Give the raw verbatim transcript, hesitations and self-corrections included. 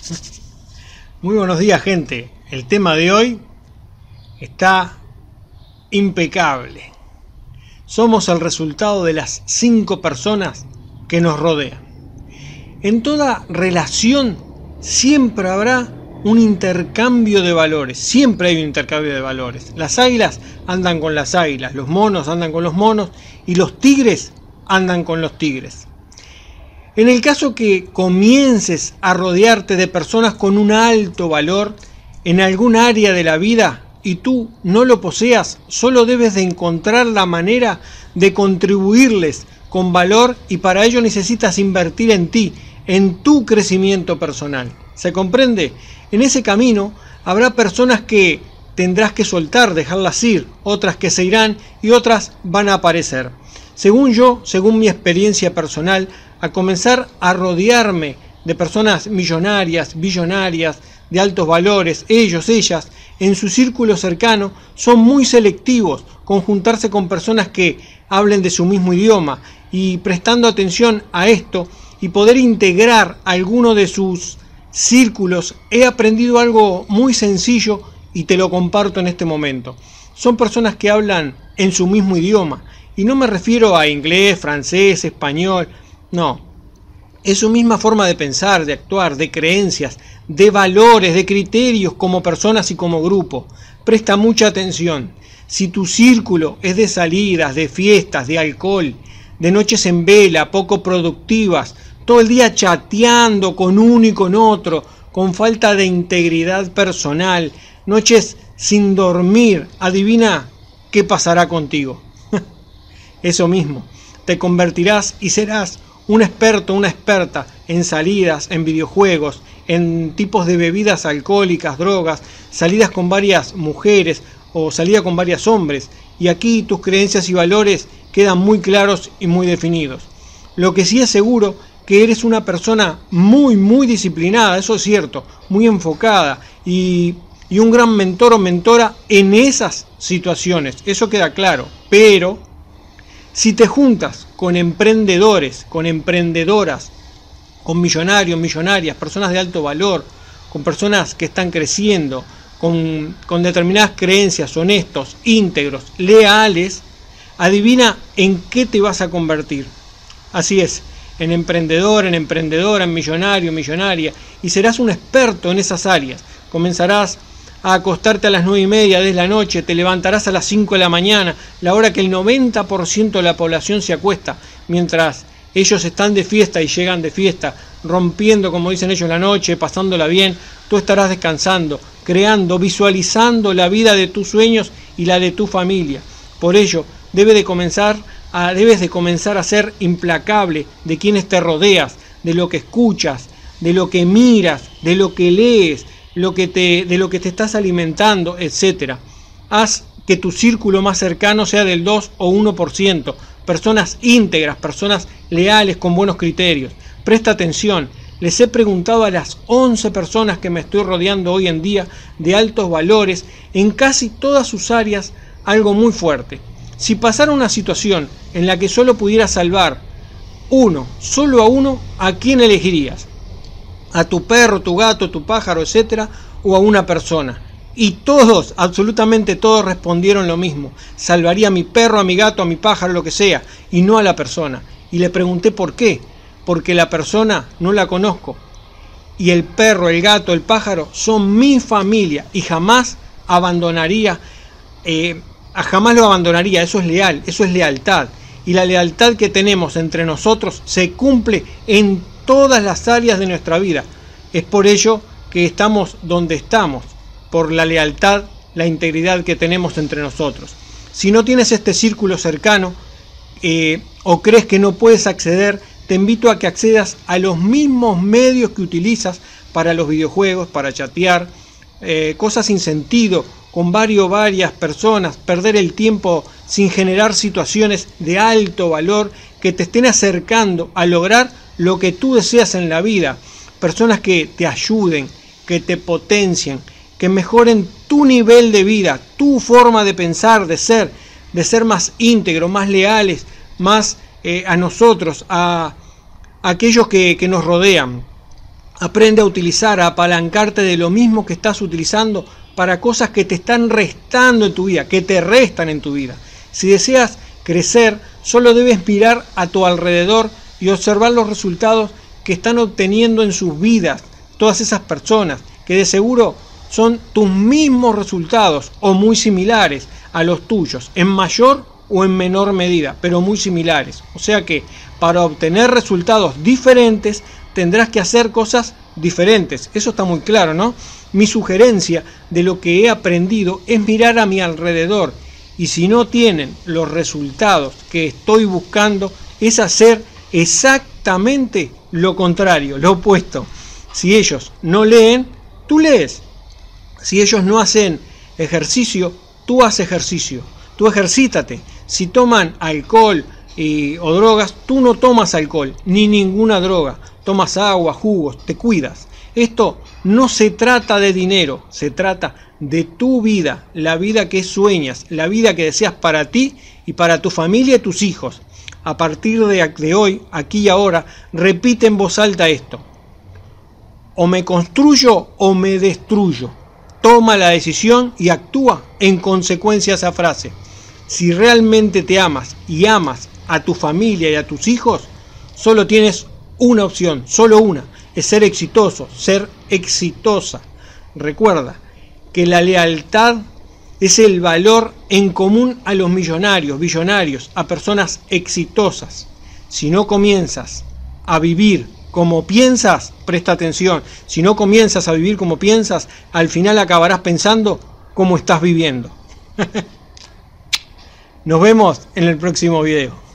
Muy buenos días, gente. El tema de hoy está impecable. Somos el resultado de las cinco personas que nos rodean. En toda relación siempre habrá un intercambio de valores. Siempre hay un intercambio de valores. Las águilas andan con las águilas, los monos andan con los monos y los tigres andan con los tigres. En el caso que comiences a rodearte de personas con un alto valor en algún área de la vida y tú no lo poseas, solo debes de encontrar la manera de contribuirles con valor y para ello necesitas invertir en ti, en tu crecimiento personal. ¿Se comprende? En ese camino habrá personas que tendrás que soltar, dejarlas ir, otras que se irán y otras van a aparecer. Según yo, según mi experiencia personal, a comenzar a rodearme de personas millonarias, billonarias, de altos valores, ellos, ellas, en su círculo cercano, son muy selectivos con juntarse con personas que hablen de su mismo idioma y prestando atención a esto y poder integrar alguno de sus círculos, he aprendido algo muy sencillo y te lo comparto en este momento. Son personas que hablan en su mismo idioma y no me refiero a inglés, francés, español. No, es su misma forma de pensar, de actuar, de creencias, de valores, de criterios como personas y como grupo. Presta mucha atención. Si tu círculo es de salidas, de fiestas, de alcohol, de noches en vela, poco productivas, todo el día chateando con uno y con otro, con falta de integridad personal, noches sin dormir, adivina qué pasará contigo. Eso mismo, te convertirás y serás un experto, una experta en salidas, en videojuegos, en tipos de bebidas alcohólicas, drogas, salidas con varias mujeres o salida con varios hombres. Y aquí tus creencias y valores quedan muy claros y muy definidos. Lo que sí es seguro que eres una persona muy, muy disciplinada, eso es cierto, muy enfocada y, y un gran mentor o mentora en esas situaciones, eso queda claro. Pero si te juntas con emprendedores, con emprendedoras, con millonarios, millonarias, personas de alto valor, con personas que están creciendo, con, con determinadas creencias, honestos, íntegros, leales, adivina en qué te vas a convertir. Así es, en emprendedor, en emprendedora, en millonario, millonaria, y serás un experto en esas áreas. Comenzarás a acostarte a las nueve y media de la noche, te levantarás a las cinco de la mañana, la hora que el noventa por ciento de la población se acuesta, mientras ellos están de fiesta y llegan de fiesta, rompiendo, como dicen ellos, la noche, pasándola bien, tú estarás descansando, creando, visualizando la vida de tus sueños y la de tu familia. Por ello, debe de comenzar a, debes de comenzar a ser implacable de quienes te rodeas, de lo que escuchas, de lo que miras, de lo que lees, lo que te, de lo que te estás alimentando, etcétera. Haz que tu círculo más cercano sea del dos o uno por ciento, personas íntegras, personas leales con buenos criterios. Presta atención, les he preguntado a las once personas que me estoy rodeando hoy en día de altos valores en casi todas sus áreas algo muy fuerte. Si pasara una situación en la que solo pudieras salvar uno, solo a uno, ¿a quién elegirías? ¿A tu perro, tu gato, tu pájaro, etcétera, o a una persona? Y todos, absolutamente todos respondieron lo mismo. Salvaría a mi perro, a mi gato, a mi pájaro, lo que sea, y no a la persona. Y le pregunté por qué. Porque la persona no la conozco. Y el perro, el gato, el pájaro son mi familia y jamás abandonaría, eh, jamás lo abandonaría. Eso es leal, eso es lealtad. Y la lealtad que tenemos entre nosotros se cumple en todas las áreas de nuestra vida. Es por ello que estamos donde estamos, por la lealtad, la integridad que tenemos entre nosotros. Si no tienes este círculo cercano eh, o crees que no puedes acceder, te invito a que accedas a los mismos medios que utilizas para los videojuegos, para chatear, eh, cosas sin sentido, con varios, varias personas, perder el tiempo sin generar situaciones de alto valor que te estén acercando a lograr lo que tú deseas en la vida. Personas que te ayuden, que te potencien, que mejoren tu nivel de vida, tu forma de pensar, de ser, de ser más íntegro, más leales, más eh, a nosotros, a, a aquellos que, que nos rodean. Aprende a utilizar, a apalancarte de lo mismo que estás utilizando para cosas que te están restando en tu vida, que te restan en tu vida. Si deseas crecer, solo debes mirar a tu alrededor y observar los resultados que están obteniendo en sus vidas todas esas personas, que de seguro son tus mismos resultados o muy similares a los tuyos, en mayor o en menor medida, pero muy similares. O sea que para obtener resultados diferentes tendrás que hacer cosas diferentes. Eso está muy claro, ¿no? Mi sugerencia de lo que he aprendido es mirar a mi alrededor, y si no tienen los resultados que estoy buscando, es hacer exactamente lo contrario, lo opuesto. Si ellos no leen, tú lees. Si ellos no hacen ejercicio, tú haz ejercicio. Tú ejercítate. Si toman alcohol y, o drogas, tú no tomas alcohol ni ninguna droga. Tomas agua, jugos, te cuidas. Esto no se trata de dinero, se trata de tu vida, la vida que sueñas, la vida que deseas para ti y para tu familia y tus hijos. A partir de, de hoy, aquí y ahora, repite en voz alta esto: o me construyo o me destruyo. Toma la decisión y actúa en consecuencia a esa frase. Si realmente te amas y amas a tu familia y a tus hijos, solo tienes una opción, solo una, es ser exitoso, ser exitosa. Recuerda que la lealtad es el valor en común a los millonarios, billonarios, a personas exitosas. Si no comienzas a vivir como piensas, presta atención, si no comienzas a vivir como piensas, al final acabarás pensando como estás viviendo. Nos vemos en el próximo video.